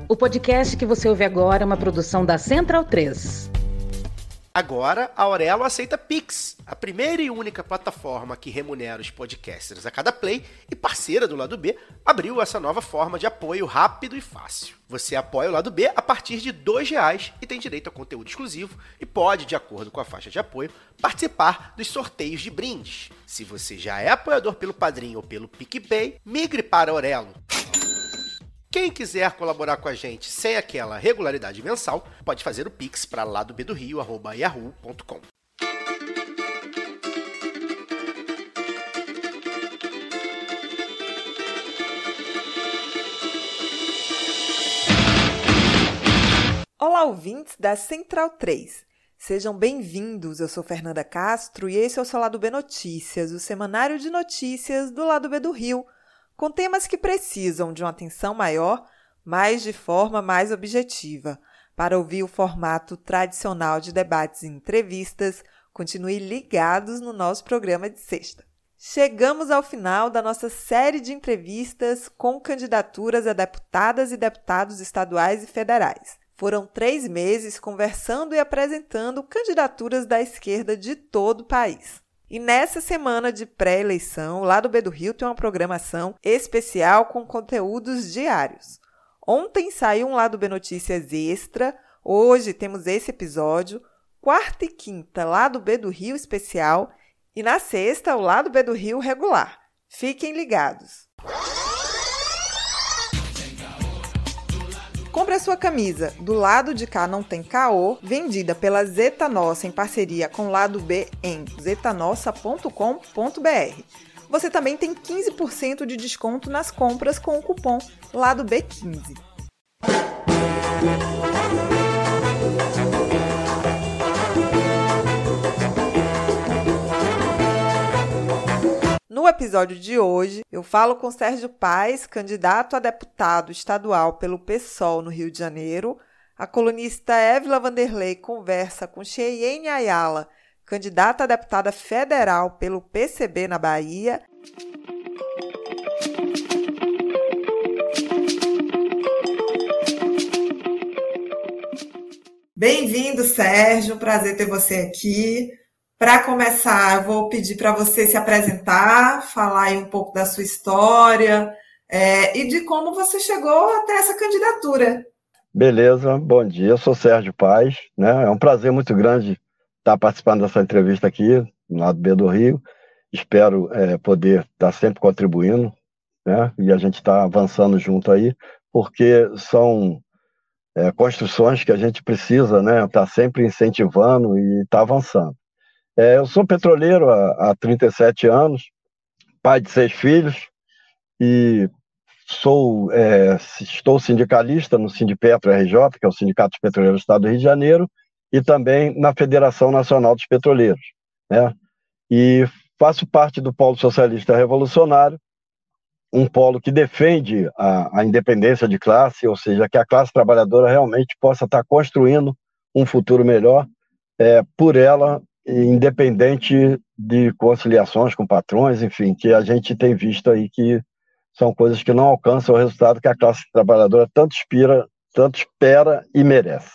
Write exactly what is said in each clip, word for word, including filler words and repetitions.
O podcast que você ouve agora é uma produção da Central três. Agora, a Aurelo aceita Pix, a primeira e única plataforma que remunera os podcasters a cada play e parceira do Lado B, abriu essa nova forma de apoio rápido e fácil. Você apoia o Lado B a partir de dois reais e tem direito a conteúdo exclusivo e pode, de acordo com a faixa de apoio, participar dos sorteios de brindes. Se você já é apoiador pelo Padrim ou pelo PicPay, migre para a Aurelo. Quem quiser colaborar com a gente sem aquela regularidade mensal, pode fazer o Pix para ladobedorio arroba yahoo ponto com. Olá, ouvintes da Central três. Sejam bem-vindos, eu sou Fernanda Castro e esse é o seu Lado B Notícias, o semanário de notícias do Lado B do Rio, com temas que precisam de uma atenção maior, mas de forma mais objetiva. Para ouvir o formato tradicional de debates e entrevistas, continue ligados no nosso programa de sexta. Chegamos ao final da nossa série de entrevistas com candidaturas a deputadas e deputados estaduais e federais. Foram três meses conversando e apresentando candidaturas da esquerda de todo o país. E nessa semana de pré-eleição, o Lado B do Rio tem uma programação especial com conteúdos diários. Ontem saiu um Lado B Notícias Extra, hoje temos esse episódio, quarta e quinta, Lado B do Rio especial e na sexta, o Lado B do Rio regular. Fiquem ligados! Compre a sua camisa Do Lado de Cá Não Tem Caô, vendida pela Zeta Nossa em parceria com o Lado B em zeta nossa ponto com ponto b r. Você também tem quinze por cento de desconto nas compras com o cupom Lado B quinze. No episódio de hoje, eu falo com Sérgio Paes, candidato a deputado estadual pelo PSOL no Rio de Janeiro. A colunista Évila Vanderlei conversa com Cheyenne Ayala, candidata a deputada federal pelo P C B na Bahia. Bem-vindo, Sérgio. Prazer ter você aqui. Para começar, eu vou pedir para você se apresentar, falar aí um pouco da sua história é, e de como você chegou até essa candidatura. Beleza, bom dia, eu sou Sérgio Paes, né? É um prazer muito grande estar participando dessa entrevista aqui, no Lado B do Rio. Espero é, poder estar sempre contribuindo, né? E a gente está avançando junto aí, porque são é, construções que a gente precisa, né? Estar sempre incentivando e estar avançando. É, eu sou petroleiro há, há trinta e sete anos, pai de seis filhos e sou, é, estou sindicalista no Sindipetro R J, que é o Sindicato dos Petroleiros do Estado do Rio de Janeiro, e também na Federação Nacional dos Petroleiros, né? E faço parte do Polo Socialista Revolucionário, um polo que defende a, a independência de classe, ou seja, que a classe trabalhadora realmente possa estar construindo um futuro melhor é, por ela, independente de conciliações com patrões, enfim, que a gente tem visto aí que são coisas que não alcançam o resultado que a classe trabalhadora tanto inspira, tanto espera e merece.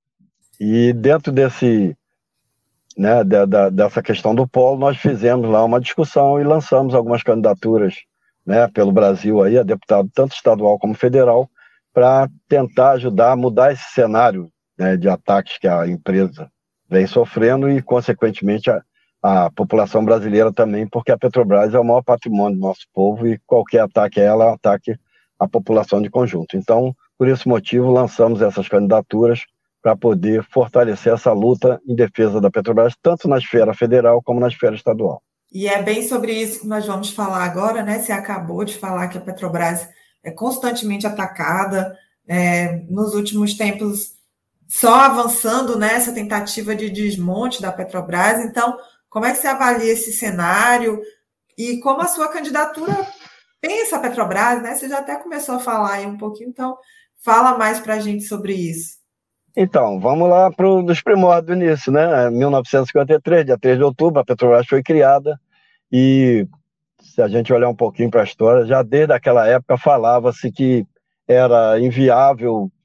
E dentro desse, né, da, da, dessa questão do polo, nós fizemos lá uma discussão e lançamos algumas candidaturas, né, pelo Brasil aí, a deputado tanto estadual como federal, para tentar ajudar a mudar esse cenário, né, de ataques que a empresa vem sofrendo e, consequentemente, a, a população brasileira também, porque a Petrobras é o maior patrimônio do nosso povo e qualquer ataque a ela é um ataque à população de conjunto. Então, por esse motivo, lançamos essas candidaturas para poder fortalecer essa luta em defesa da Petrobras, tanto na esfera federal como na esfera estadual. E é bem sobre isso que nós vamos falar agora, né? Você acabou de falar que a Petrobras é constantemente atacada, é, nos últimos tempos só avançando nessa tentativa de desmonte da Petrobras. Então, como é que você avalia esse cenário e como a sua candidatura pensa a Petrobras, né? Você já até começou a falar aí um pouquinho, então fala mais para a gente sobre isso. Então, vamos lá para os primórdios do início, né? mil novecentos e cinquenta e três, dia três de outubro, a Petrobras foi criada e, se a gente olhar um pouquinho para a história, já desde aquela época falava-se que era inviável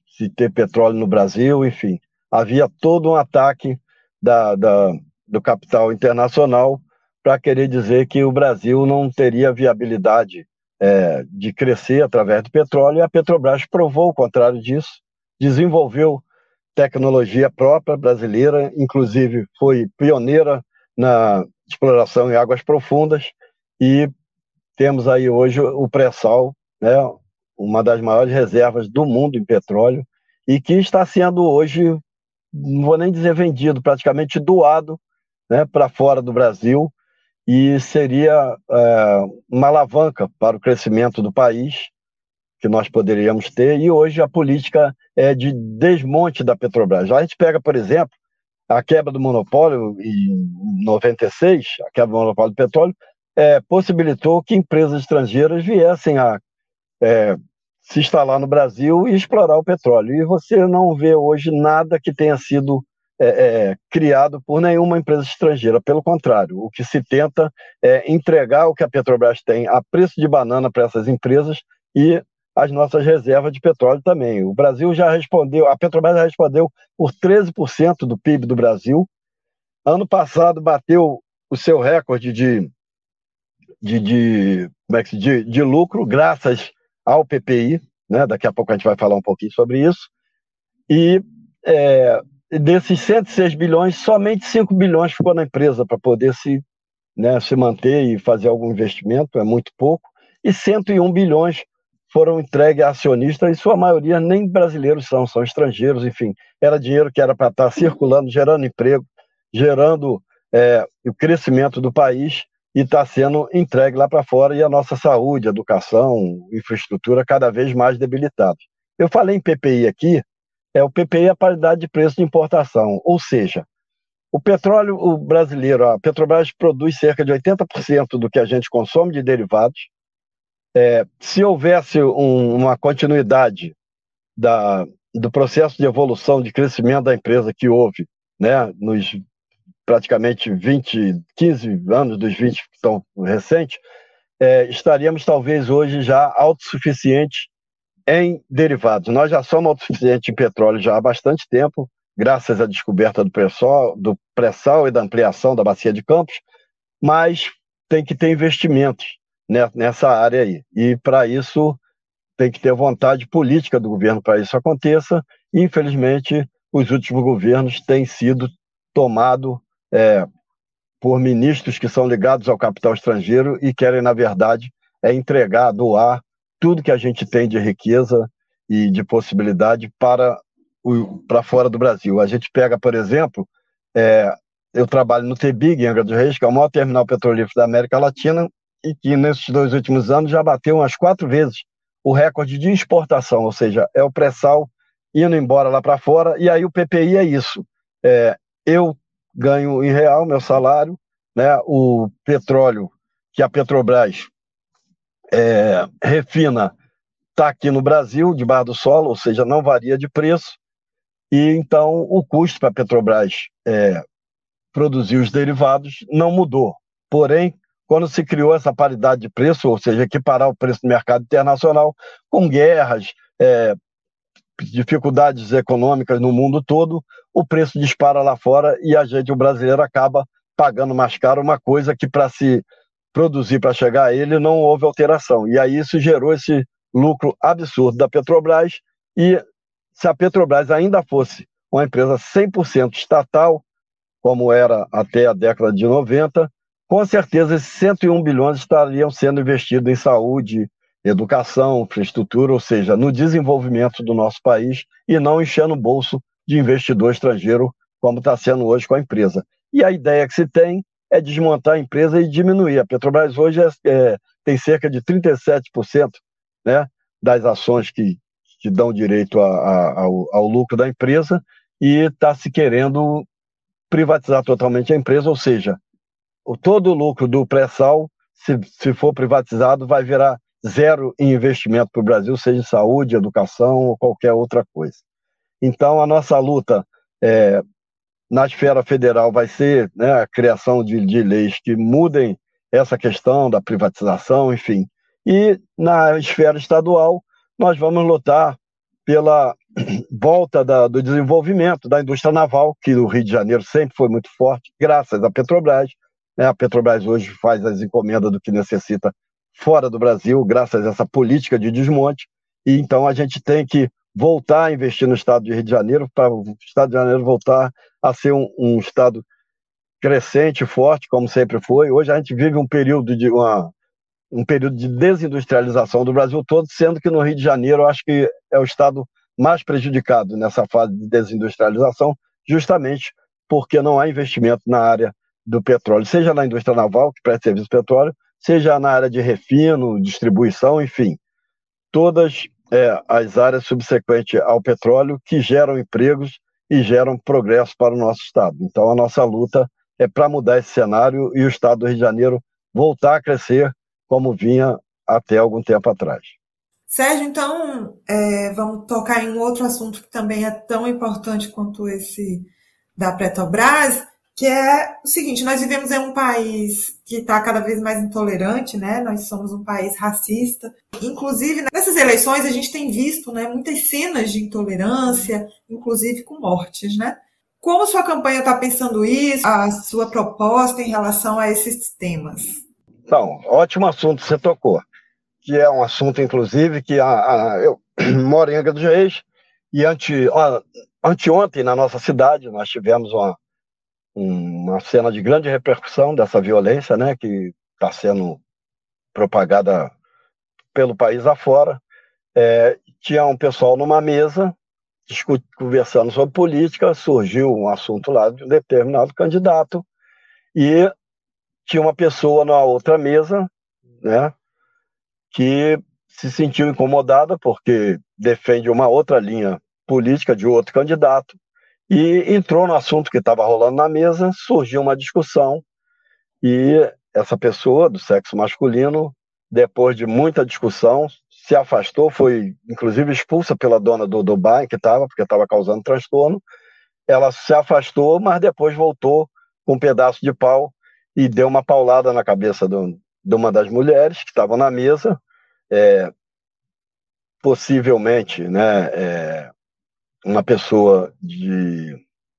se ter petróleo no Brasil, enfim. Havia todo um ataque da, da, do capital internacional para querer dizer que o Brasil não teria viabilidade é, de crescer através do petróleo, e a Petrobras provou o contrário disso, desenvolveu tecnologia própria brasileira, inclusive foi pioneira na exploração em águas profundas, e temos aí hoje o pré-sal, né, uma das maiores reservas do mundo em petróleo, e que está sendo hoje, não vou nem dizer vendido, praticamente doado, né, para fora do Brasil, e seria é, uma alavanca para o crescimento do país que nós poderíamos ter, e hoje a política é de desmonte da Petrobras. A gente pega, por exemplo, a quebra do monopólio em noventa e seis, a quebra do monopólio do petróleo, é, possibilitou que empresas estrangeiras viessem a é, se instalar no Brasil e explorar o petróleo. E você não vê hoje nada que tenha sido é, é, criado por nenhuma empresa estrangeira. Pelo contrário, o que se tenta é entregar o que a Petrobras tem a preço de banana para essas empresas e as nossas reservas de petróleo também. O Brasil já respondeu, a Petrobras já respondeu por treze por cento do P I B do Brasil. Ano passado bateu o seu recorde de, de, de, como é que se diz? De lucro, graças ao P P I, né? Daqui a pouco a gente vai falar um pouquinho sobre isso. E é, desses cento e seis bilhões, somente cinco bilhões ficou na empresa para poder se, né, se manter e fazer algum investimento, é muito pouco. E cento e um bilhões foram entregues a acionistas, e sua maioria nem brasileiros são, são estrangeiros, enfim. Era dinheiro que era para estar circulando, gerando emprego, gerando é, o crescimento do país, e está sendo entregue lá para fora, e a nossa saúde, educação, infraestrutura cada vez mais debilitada. Eu falei em P P I aqui, é, o P P I é a paridade de preço de importação, ou seja, o petróleo o brasileiro, a Petrobras produz cerca de oitenta por cento do que a gente consome de derivados. É, se houvesse um, uma continuidade da, do processo de evolução, de crescimento da empresa que houve, né, nos praticamente vinte, quinze anos dos vinte que estão recentes, é, estaríamos talvez hoje já autossuficientes em derivados. Nós já somos autossuficientes em petróleo já há bastante tempo, graças à descoberta do pré-sal, do pré-sal e da ampliação da bacia de Campos, mas tem que ter investimentos nessa área aí. E para isso tem que ter vontade política do governo para isso aconteça, e infelizmente os últimos governos têm sido tomados é, por ministros que são ligados ao capital estrangeiro e querem, na verdade, é entregar, doar tudo que a gente tem de riqueza e de possibilidade para, o, para fora do Brasil. A gente pega, por exemplo, é, eu trabalho no T B I G, em Angra dos Reis, que é o maior terminal petrolífero da América Latina, e que nesses dois últimos anos já bateu umas quatro vezes o recorde de exportação, ou seja, é o pré-sal indo embora lá para fora, e aí o P P I é isso. É, eu ganho em real meu salário, né, o petróleo que a Petrobras é, refina está aqui no Brasil, debaixo do solo, ou seja, não varia de preço, e então o custo para a Petrobras é, produzir os derivados não mudou. Porém, quando se criou essa paridade de preço, ou seja, equiparar o preço do mercado internacional, com guerras, é, dificuldades econômicas no mundo todo, o preço dispara lá fora e a gente, o brasileiro, acaba pagando mais caro uma coisa que para se produzir, para chegar a ele, não houve alteração. E aí isso gerou esse lucro absurdo da Petrobras, e se a Petrobras ainda fosse uma empresa cem por cento estatal, como era até a década de noventa, com certeza esses cento e um bilhões estariam sendo investidos em saúde, educação, infraestrutura, ou seja, no desenvolvimento do nosso país, e não enchendo o bolso de investidor estrangeiro, como está sendo hoje com a empresa. E a ideia que se tem é desmontar a empresa e diminuir. A Petrobras hoje é, é, tem cerca de trinta e sete por cento, né, das ações que, que dão direito a, a, ao, ao lucro da empresa, e está se querendo privatizar totalmente a empresa, ou seja, o, todo o lucro do pré-sal, se, se for privatizado, vai virar zero em investimento para o Brasil, seja em saúde, educação ou qualquer outra coisa. Então, a nossa luta é, na esfera federal vai ser, né, a criação de, de leis que mudem essa questão da privatização, enfim. E na esfera estadual, nós vamos lutar pela volta da, do desenvolvimento da indústria naval, que o Rio de Janeiro sempre foi muito forte, graças à Petrobras. Né? A Petrobras hoje faz as encomendas do que necessita fora do Brasil, graças a essa política de desmonte, e então a gente tem que voltar a investir no estado de Rio de Janeiro, para o estado de Janeiro voltar a ser um, um estado crescente, forte, como sempre foi. Hoje a gente vive um período de uma, um período de desindustrialização do Brasil todo, sendo que no Rio de Janeiro eu acho que é o estado mais prejudicado nessa fase de desindustrialização, justamente porque não há investimento na área do petróleo, seja na indústria naval, que presta serviço de petróleo, seja na área de refino, distribuição, enfim, todas é, as áreas subsequentes ao petróleo que geram empregos e geram progresso para o nosso estado. Então a nossa luta é para mudar esse cenário e o estado do Rio de Janeiro voltar a crescer como vinha até algum tempo atrás. Sérgio, então é, vamos tocar em um outro assunto que também é tão importante quanto esse da Petrobras, que é o seguinte: nós vivemos em um país que está cada vez mais intolerante, né? Nós somos um país racista. Inclusive, nessas eleições, a gente tem visto, né, muitas cenas de intolerância, inclusive com mortes, né? Como sua campanha está pensando isso, a sua proposta em relação a esses temas? Então, ótimo assunto você tocou, que é um assunto, inclusive, que a, a, eu moro em Angra dos Reis, e ante, ó, anteontem, na nossa cidade, nós tivemos uma, uma cena de grande repercussão dessa violência, né, que está sendo propagada pelo país afora. É, tinha um pessoal numa mesa, discut, conversando sobre política, surgiu um assunto lá de um determinado candidato, e tinha uma pessoa na outra mesa, né, que se sentiu incomodada porque defende uma outra linha política de outro candidato, e entrou no assunto que estava rolando na mesa, surgiu uma discussão, e essa pessoa do sexo masculino, depois de muita discussão, se afastou, foi inclusive expulsa pela dona do, do bar que estava, porque estava causando transtorno. Ela se afastou, mas depois voltou com um pedaço de pau e deu uma paulada na cabeça do, de uma das mulheres que estavam na mesa, é, possivelmente, né, é, uma pessoa de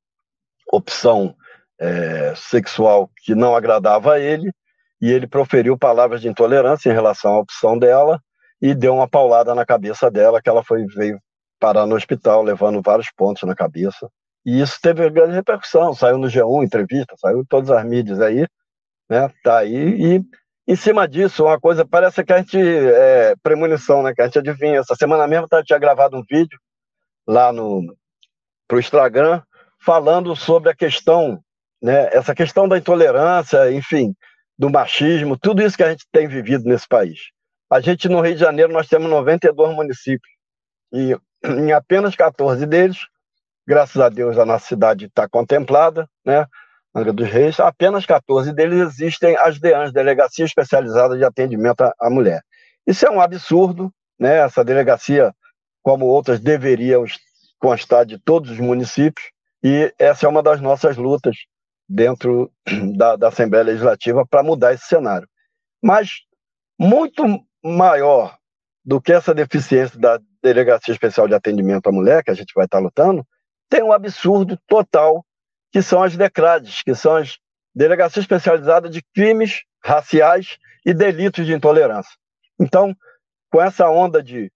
opção é, sexual que não agradava a ele, e ele proferiu palavras de intolerância em relação à opção dela e deu uma paulada na cabeça dela, que ela foi, veio parar no hospital, levando vários pontos na cabeça. E isso teve grande repercussão, saiu no G um, entrevista, saiu em todas as mídias aí, né, tá aí, e em cima disso, uma coisa, parece que a gente, é, premonição, né, que a gente adivinha. Essa semana mesmo eu tinha gravado um vídeo lá no, pro Instagram, falando sobre a questão, né, essa questão da intolerância, enfim, do machismo, tudo isso que a gente tem vivido nesse país. A gente, no Rio de Janeiro, nós temos noventa e dois municípios, e em apenas quatorze deles, graças a Deus, a nossa cidade está contemplada, né, Angra dos Reis, apenas quatorze deles existem as DEANs, Delegacia Especializada de Atendimento à Mulher. Isso é um absurdo, né? Essa delegacia, como outras, deveriam constar de todos os municípios, e essa é uma das nossas lutas dentro da, da Assembleia Legislativa para mudar esse cenário. Mas muito maior do que essa deficiência da Delegacia Especial de Atendimento à Mulher, que a gente vai estar lutando, tem um absurdo total, que são as DECRADES, que são as Delegacias Especializadas de Crimes Raciais e Delitos de Intolerância. Então, com essa onda de,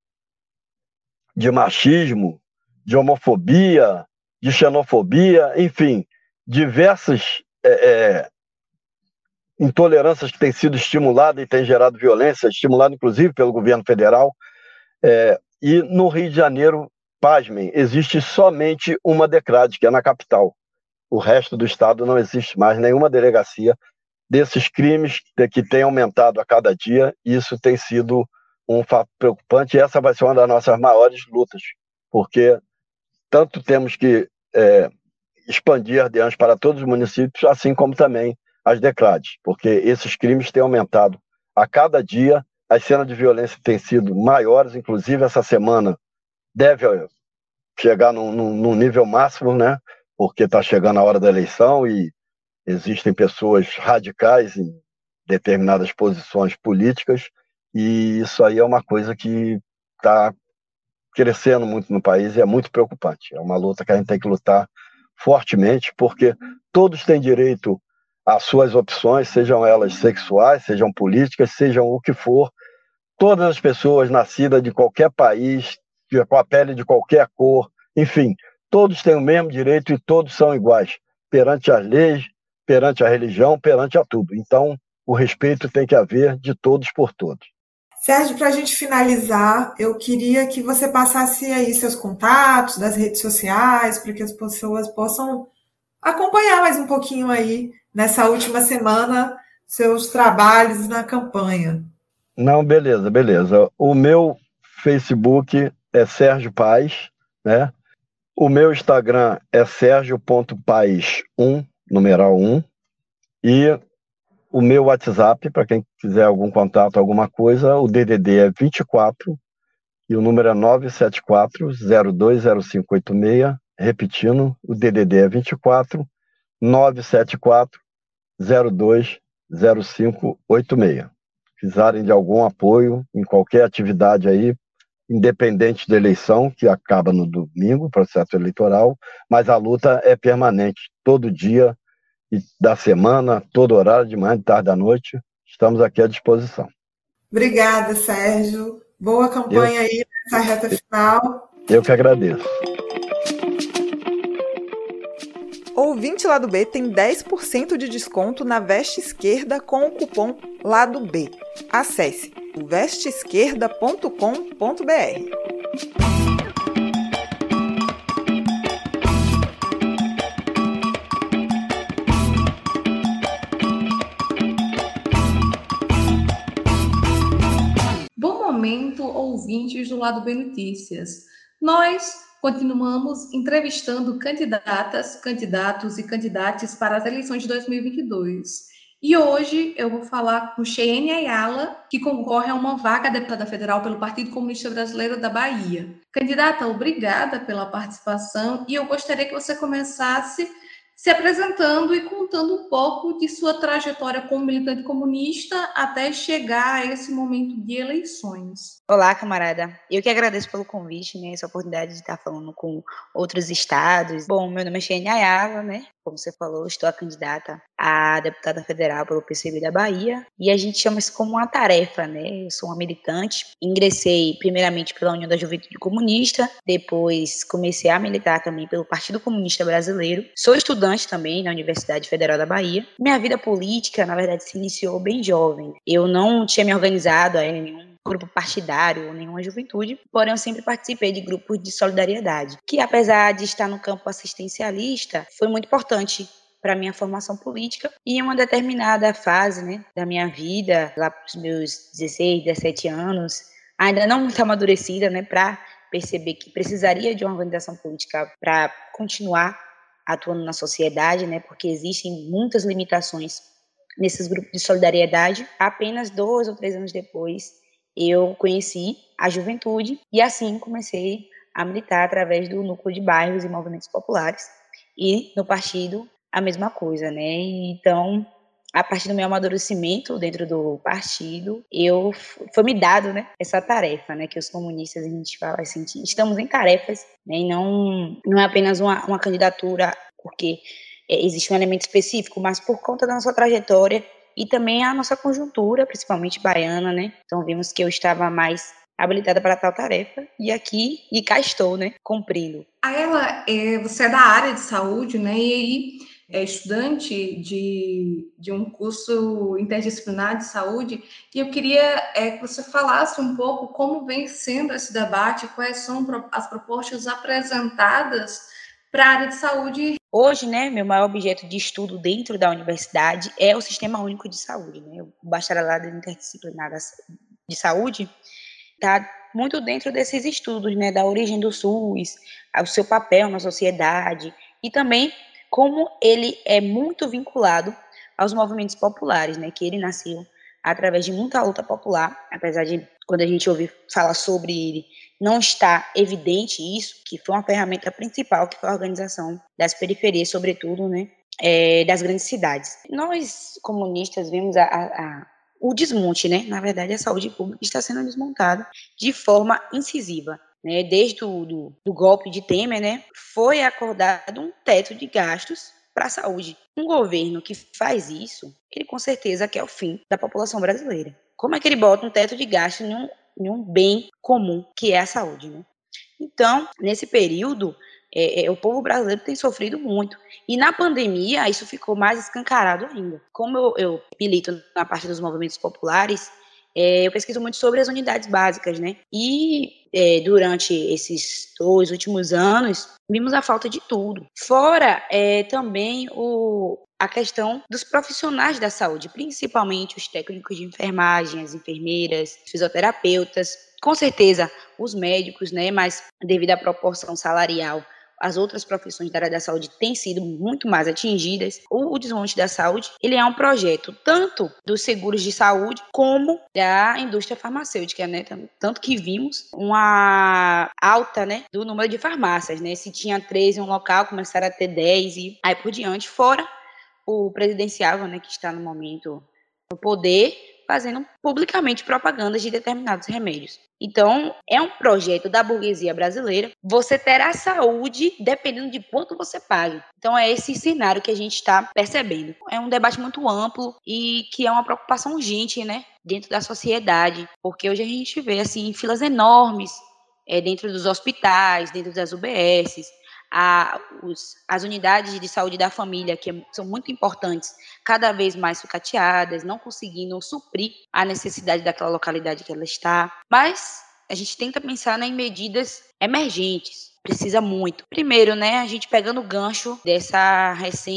de machismo, de homofobia, de xenofobia, enfim, diversas é, é, intolerâncias que têm sido estimuladas e têm gerado violência, estimulada inclusive pelo governo federal, é, e no Rio de Janeiro, pasmem, existe somente uma DECRADE, que é na capital. O resto do estado não existe mais nenhuma delegacia desses crimes que tem aumentado a cada dia, e isso tem sido um fato preocupante, e essa vai ser uma das nossas maiores lutas, porque tanto temos que é, expandir as DEANs para todos os municípios, assim como também as DECRADES, porque esses crimes têm aumentado a cada dia, as cenas de violência têm sido maiores, inclusive essa semana deve chegar num, num, num nível máximo, né? Porque está chegando a hora da eleição e existem pessoas radicais em determinadas posições políticas, e isso aí é uma coisa que está crescendo muito no país e é muito preocupante. É uma luta que a gente tem que lutar fortemente, porque todos têm direito às suas opções, sejam elas sexuais, sejam políticas, sejam o que for. Todas as pessoas nascidas de qualquer país, com a pele de qualquer cor, enfim, todos têm o mesmo direito e todos são iguais perante as leis, perante a religião, perante a tudo. Então, o respeito tem que haver de todos por todos. Sérgio, para a gente finalizar, eu queria que você passasse aí seus contatos das redes sociais, para que as pessoas possam acompanhar mais um pouquinho aí, nessa última semana, seus trabalhos na campanha. Não, beleza, beleza. O meu Facebook é Sérgio Paz, né? O meu Instagram é sérgio ponto paz um, numeral um, e o meu WhatsApp, para quem quiser algum contato, alguma coisa, o D D D é vinte e quatro e o número é nove sete quatro, zero dois zero cinco oito seis. Repetindo, o D D D é vinte e quatro, nove sete quatro, zero dois zero cinco oito seis. Precisarem de algum apoio em qualquer atividade aí, independente da eleição, que acaba no domingo, processo eleitoral, mas a luta é permanente, todo dia da semana, todo horário, de manhã, de tarde, da noite, estamos aqui à disposição. Obrigada, Sérgio. Boa campanha eu, aí nessa reta final. Eu que agradeço. Ouvinte Lado B tem dez por cento de desconto na veste esquerda com o cupom Lado B. Acesse o veste esquerda ponto com ponto b r. Momento, ouvintes do Lado B Notícias. Nós continuamos entrevistando candidatas, candidatos e candidatas para as eleições de dois mil e vinte e dois. E hoje eu vou falar com Cheyenne Ayala, que concorre a uma vaga a deputada federal pelo Partido Comunista Brasileiro da Bahia. Candidata, obrigada pela participação e eu gostaria que você começasse se apresentando e contando um pouco de sua trajetória como militante comunista até chegar a esse momento de eleições. Olá, camarada. Eu que agradeço pelo convite, né, essa oportunidade de estar falando com outros estados. Bom, meu nome é Cheyenne Ayala, né? Como você falou, estou a candidata a deputada federal pelo P C B da Bahia e a gente chama isso como uma tarefa, né? Eu sou uma militante, ingressei primeiramente pela União da Juventude Comunista, depois comecei a militar também pelo Partido Comunista Brasileiro. Sou estudante também na Universidade Federal da Bahia. Minha vida política, na verdade, se iniciou bem jovem. Eu não tinha me organizado em nenhum grupo partidário ou nenhuma juventude, porém eu sempre participei de grupos de solidariedade, que apesar de estar no campo assistencialista, foi muito importante para a minha formação política e em uma determinada fase, né, da minha vida, lá para os meus dezesseis, dezessete anos, ainda não muito amadurecida, né, para perceber que precisaria de uma organização política para continuar atuando na sociedade, né, porque existem muitas limitações nesses grupos de solidariedade. Apenas dois ou três anos depois, eu conheci a juventude e assim comecei a militar através do núcleo de bairros e movimentos populares e no partido a mesma coisa, né? Então, a partir do meu amadurecimento dentro do partido, eu foi me dado, né, essa tarefa, né, que os comunistas a gente fala assim, estamos em tarefas, né, e não não é apenas uma, uma candidatura porque é, existe um elemento específico, mas por conta da nossa trajetória e também a nossa conjuntura, principalmente baiana, né? Então vimos que eu estava mais habilitada para tal tarefa e aqui, e cá estou, né? Cumprindo. Ayala, é, você é da área de saúde, né? E aí é estudante de, de um curso interdisciplinar de saúde e eu queria é, que você falasse um pouco como vem sendo esse debate, quais são as propostas apresentadas para a área de saúde. Hoje, né, meu maior objeto de estudo dentro da universidade é o Sistema Único de Saúde, né? O bacharelado interdisciplinar de saúde está muito dentro desses estudos, né, da origem do SUS, o seu papel na sociedade e também como ele é muito vinculado aos movimentos populares, né, que ele nasceu através de muita luta popular, apesar de, quando a gente ouve falar sobre ele, não está evidente isso, que foi uma ferramenta principal, que foi a organização das periferias, sobretudo, né, é, das grandes cidades. Nós, comunistas, vemos a, a, a, o desmonte, né, na verdade, a saúde pública está sendo desmontada de forma incisiva. né, desde o do, do golpe de Temer, né, foi acordado um teto de gastos para a saúde. Um governo que faz isso, ele com certeza quer o fim da população brasileira. Como é que ele bota um teto de gastos em um, em um bem comum, que é a saúde, né? Então, nesse período, é, é, o povo brasileiro tem sofrido muito. E na pandemia, isso ficou mais escancarado ainda. Como eu, eu milito na parte dos movimentos populares, é, eu pesquiso muito sobre as unidades básicas, né? E é, durante esses dois últimos anos, vimos a falta de tudo. Fora é, também o, a questão dos profissionais da saúde, principalmente os técnicos de enfermagem, as enfermeiras, fisioterapeutas, com certeza os médicos, né? Mas devido à proporção salarial, as outras profissões da área da saúde têm sido muito mais atingidas. O, o desmonte da saúde, ele é um projeto tanto dos seguros de saúde como da indústria farmacêutica, né? Tanto que vimos uma alta, né, do número de farmácias, né? Se tinha três em um local, começaram a ter dez e aí por diante, fora o presidenciável, né, que está no momento no poder, fazendo publicamente propagandas de determinados remédios. Então, é um projeto da burguesia brasileira. Você terá saúde dependendo de quanto você pague. Então, é esse cenário que a gente está percebendo. É um debate muito amplo e que é uma preocupação urgente, né, dentro da sociedade, porque hoje a gente vê assim filas enormes é, dentro dos hospitais, dentro das U B Ss, a, os, as unidades de saúde da família, que é, são muito importantes, cada vez mais sucateadas, não conseguindo suprir a necessidade daquela localidade que ela está. Mas a gente tenta pensar, né, em medidas emergentes. Precisa muito. Primeiro, né, a gente pegando o gancho dessa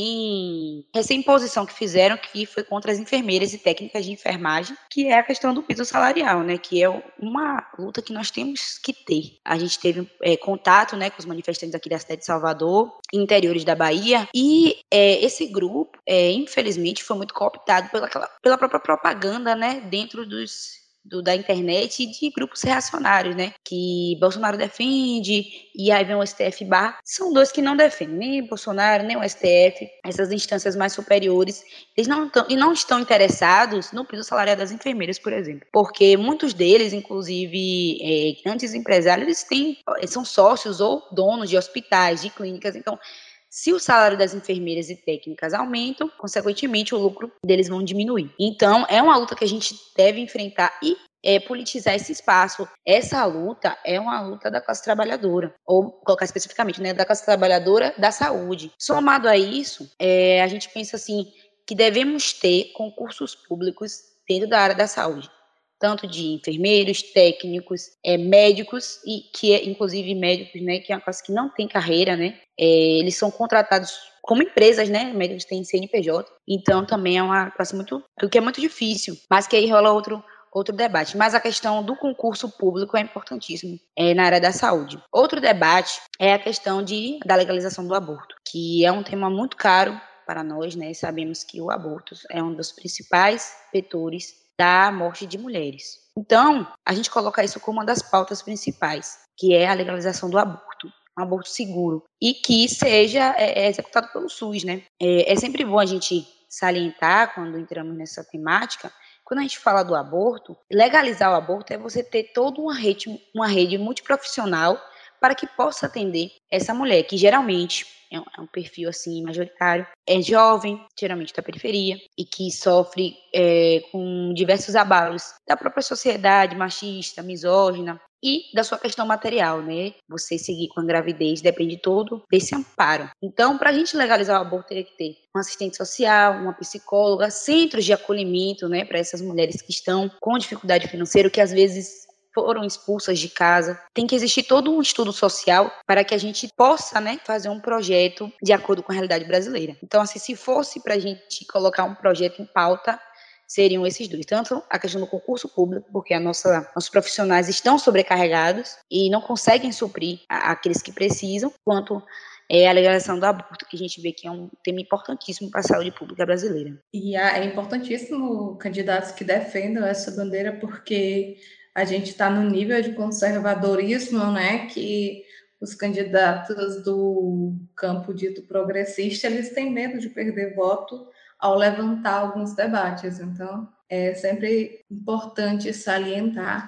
recém, recém-imposição que fizeram, que foi contra as enfermeiras e técnicas de enfermagem, que é a questão do piso salarial, né, que é uma luta que nós temos que ter. A gente teve é, contato, né, com os manifestantes aqui da cidade de Salvador, interiores da Bahia, e é, esse grupo, é, infelizmente, foi muito cooptado pela, pela própria propaganda, né, dentro dos Do, da internet e de grupos reacionários, né? Que Bolsonaro defende e aí vem o S T F barra. São dois que não defendem, nem Bolsonaro, nem o S T F, essas instâncias mais superiores. Eles não estão, e não estão interessados no piso salarial das enfermeiras, por exemplo. Porque muitos deles, inclusive é, grandes empresários, eles têm, são sócios ou donos de hospitais, de clínicas, então se o salário das enfermeiras e técnicas aumentam, consequentemente o lucro deles vão diminuir. Então, é uma luta que a gente deve enfrentar e é, politizar esse espaço. Essa luta é uma luta da classe trabalhadora, ou colocar especificamente, né, da classe trabalhadora da saúde. Somado a isso, é, a gente pensa assim, que devemos ter concursos públicos dentro da área da saúde, tanto de enfermeiros, técnicos, é, médicos, e que é, inclusive médicos, né, que é uma classe que não tem carreira, né, é, eles são contratados como empresas, né, médicos têm C N P J, então também é uma classe muito, o que é muito difícil, mas que aí rola outro, outro debate. Mas a questão do concurso público é importantíssimo é, na área da saúde. Outro debate é a questão de, da legalização do aborto, que é um tema muito caro para nós, né, sabemos que o aborto é um dos principais vetores da morte de mulheres. Então, a gente coloca isso como uma das pautas principais, que é a legalização do aborto, um aborto seguro, e que seja é, é executado pelo SUS, né? É, é sempre bom a gente salientar, quando entramos nessa temática, quando a gente fala do aborto, legalizar o aborto é você ter toda uma rede, uma rede multiprofissional para que possa atender essa mulher, que geralmente é um, é um perfil assim majoritário, é jovem, geralmente da periferia, e que sofre é, com diversos abalos da própria sociedade machista, misógina, e da sua questão material, né? Você seguir com a gravidez depende todo desse amparo. Então, para a gente legalizar o aborto, teria que ter um assistente social, uma psicóloga, centros de acolhimento, né, para essas mulheres que estão com dificuldade financeira, que às vezes foram expulsas de casa. Tem que existir todo um estudo social para que a gente possa, né, fazer um projeto de acordo com a realidade brasileira. Então, assim, se fosse para a gente colocar um projeto em pauta, seriam esses dois. Tanto a questão do concurso público, porque a nossa, nossos profissionais estão sobrecarregados e não conseguem suprir a, aqueles que precisam, quanto é, a legalização do aborto, que a gente vê que é um tema importantíssimo para a saúde pública brasileira. E é importantíssimo candidatos que defendam essa bandeira, porque a gente está no nível de conservadorismo, né, que os candidatos do campo dito progressista, eles têm medo de perder voto ao levantar alguns debates. Então, é sempre importante salientar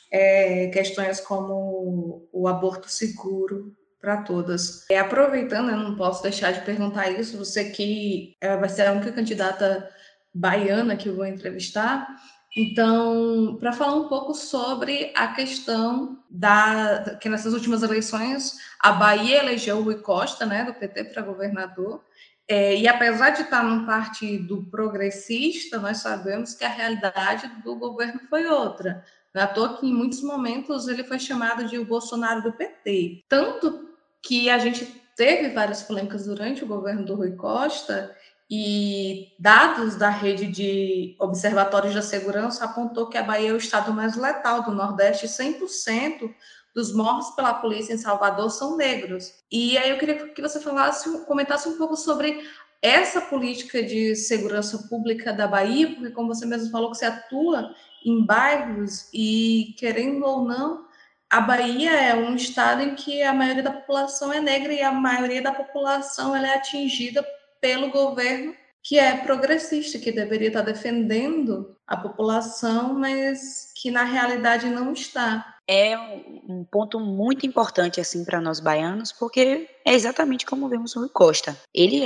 é, questões como o aborto seguro para todas. E aproveitando, eu não posso deixar de perguntar isso, você que é, vai ser a única candidata baiana que eu vou entrevistar, então, para falar um pouco sobre a questão da que nessas últimas eleições a Bahia elegeu o Rui Costa, né, do P T para governador, é, e apesar de estar num partido progressista, nós sabemos que a realidade do governo foi outra. Não é à toa que em muitos momentos ele foi chamado de o Bolsonaro do P T. Tanto que a gente teve várias polêmicas durante o governo do Rui Costa, e dados da rede de observatórios da segurança apontou que a Bahia é o estado mais letal do Nordeste, cem por cento dos mortos pela polícia em Salvador são negros. E aí eu queria que você falasse, comentasse um pouco sobre essa política de segurança pública da Bahia, porque como você mesmo falou que você atua em bairros e, querendo ou não, a Bahia é um estado em que a maioria da população é negra e a maioria da população ela é atingida pelo governo que é progressista, que deveria estar defendendo a população, mas que na realidade não está. É um ponto muito importante assim para nós baianos, porque é exatamente como vemos o Rui Costa. Ele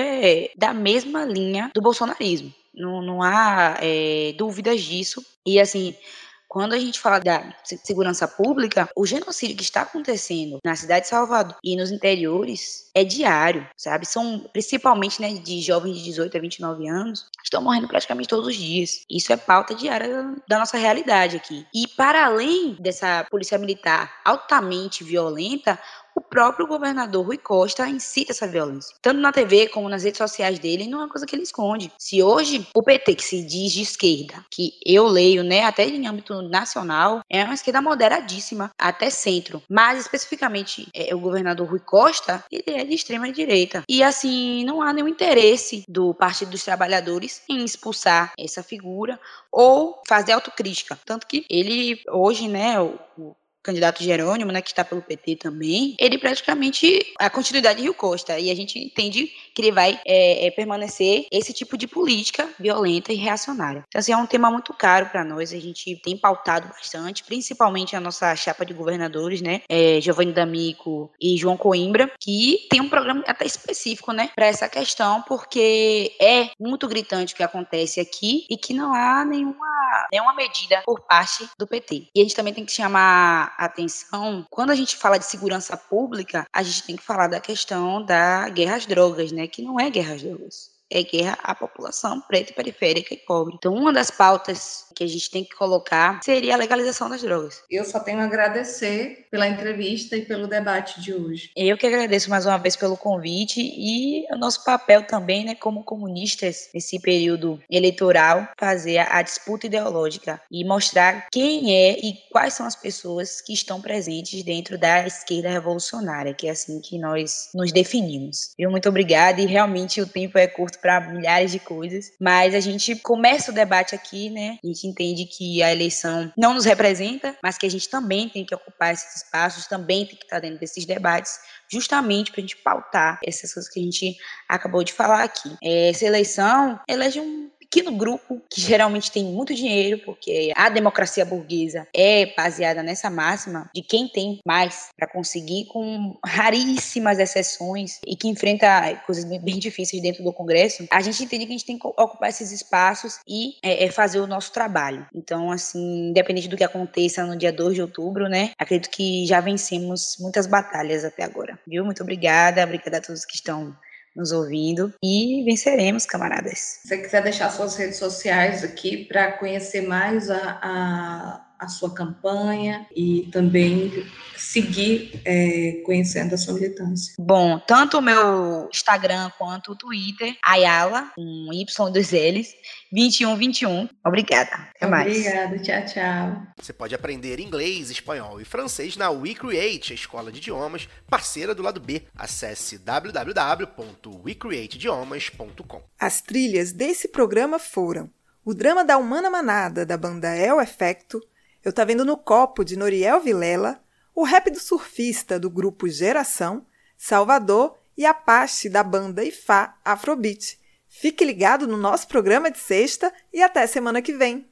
é da mesma linha do bolsonarismo. Não, não há é, dúvidas disso. E assim, quando a gente fala da segurança pública, o genocídio que está acontecendo na cidade de Salvador e nos interiores é diário, sabe? São principalmente, né, de jovens de dezoito a vinte e nove anos, estão morrendo praticamente todos os dias. Isso é pauta diária da nossa realidade aqui. E para além dessa polícia militar altamente violenta, o próprio governador Rui Costa incita essa violência. Tanto na T V como nas redes sociais dele, não é uma coisa que ele esconde. Se hoje o P T, que se diz de esquerda, que eu leio, né, até em âmbito nacional, é uma esquerda moderadíssima, até centro. Mas, especificamente, é, o governador Rui Costa, ele é de extrema direita. E, assim, não há nenhum interesse do Partido dos Trabalhadores em expulsar essa figura ou fazer autocrítica. Tanto que ele, hoje, né, o, o candidato Jerônimo, né, que está pelo P T também, ele praticamente a continuidade de Rui Costa, e a gente entende que ele vai é, é, permanecer esse tipo de política violenta e reacionária. Então, assim, é um tema muito caro para nós, a gente tem pautado bastante, principalmente a nossa chapa de governadores, né, é, Giovanni D'Amico e João Coimbra, que tem um programa até específico, né, para essa questão, porque é muito gritante o que acontece aqui e que não há nenhuma, nenhuma medida por parte do P T. E a gente também tem que chamar atenção, quando a gente fala de segurança pública, a gente tem que falar da questão da guerra às drogas, né? Que não é guerra às drogas, é guerra à população preta, periférica e pobre. Então, uma das pautas que a gente tem que colocar seria a legalização das drogas. Eu só tenho a agradecer pela entrevista e pelo debate de hoje. Eu que agradeço mais uma vez pelo convite e o nosso papel também, né, como comunistas, nesse período eleitoral, fazer a, a disputa ideológica e mostrar quem é e quais são as pessoas que estão presentes dentro da esquerda revolucionária, que é assim que nós nos definimos. Eu muito obrigada e realmente o tempo é curto para milhares de coisas, mas a gente começa o debate aqui, né? A gente entende que a eleição não nos representa, mas que a gente também tem que ocupar esses espaços, também tem que estar dentro desses debates, justamente para a gente pautar essas coisas que a gente acabou de falar aqui. Essa eleição elege um pequeno grupo que geralmente tem muito dinheiro, porque a democracia burguesa é baseada nessa máxima de quem tem mais para conseguir, com raríssimas exceções, e que enfrenta coisas bem difíceis dentro do Congresso. A gente entende que a gente tem que ocupar esses espaços e é, é fazer o nosso trabalho. Então, assim, independente do que aconteça no dia dois de outubro, né, acredito que já vencemos muitas batalhas até agora, viu? Muito obrigada, obrigada a todos que estão nos ouvindo e venceremos, camaradas. Se você quiser deixar suas redes sociais aqui para conhecer mais a, a, a sua campanha e também seguir é, conhecendo a sua militância. Bom, tanto o meu Instagram quanto o Twitter, Ayala, com Y dos L's, vinte e um vinte e um. Obrigada. Até mais. Obrigada. Tchau, tchau. Você pode aprender inglês, espanhol e francês na WeCreate, a escola de idiomas parceira do Lado B. Acesse w w w ponto we create idiomas ponto com. As trilhas desse programa foram o drama da Humana Manada, da banda El Efecto, Eu Tá Vendo no Copo, de Noriel Vilela, o rap do surfista, do grupo Geração, Salvador e Apache, da banda Ifá Afrobeat. Fique ligado no nosso programa de sexta e até semana que vem.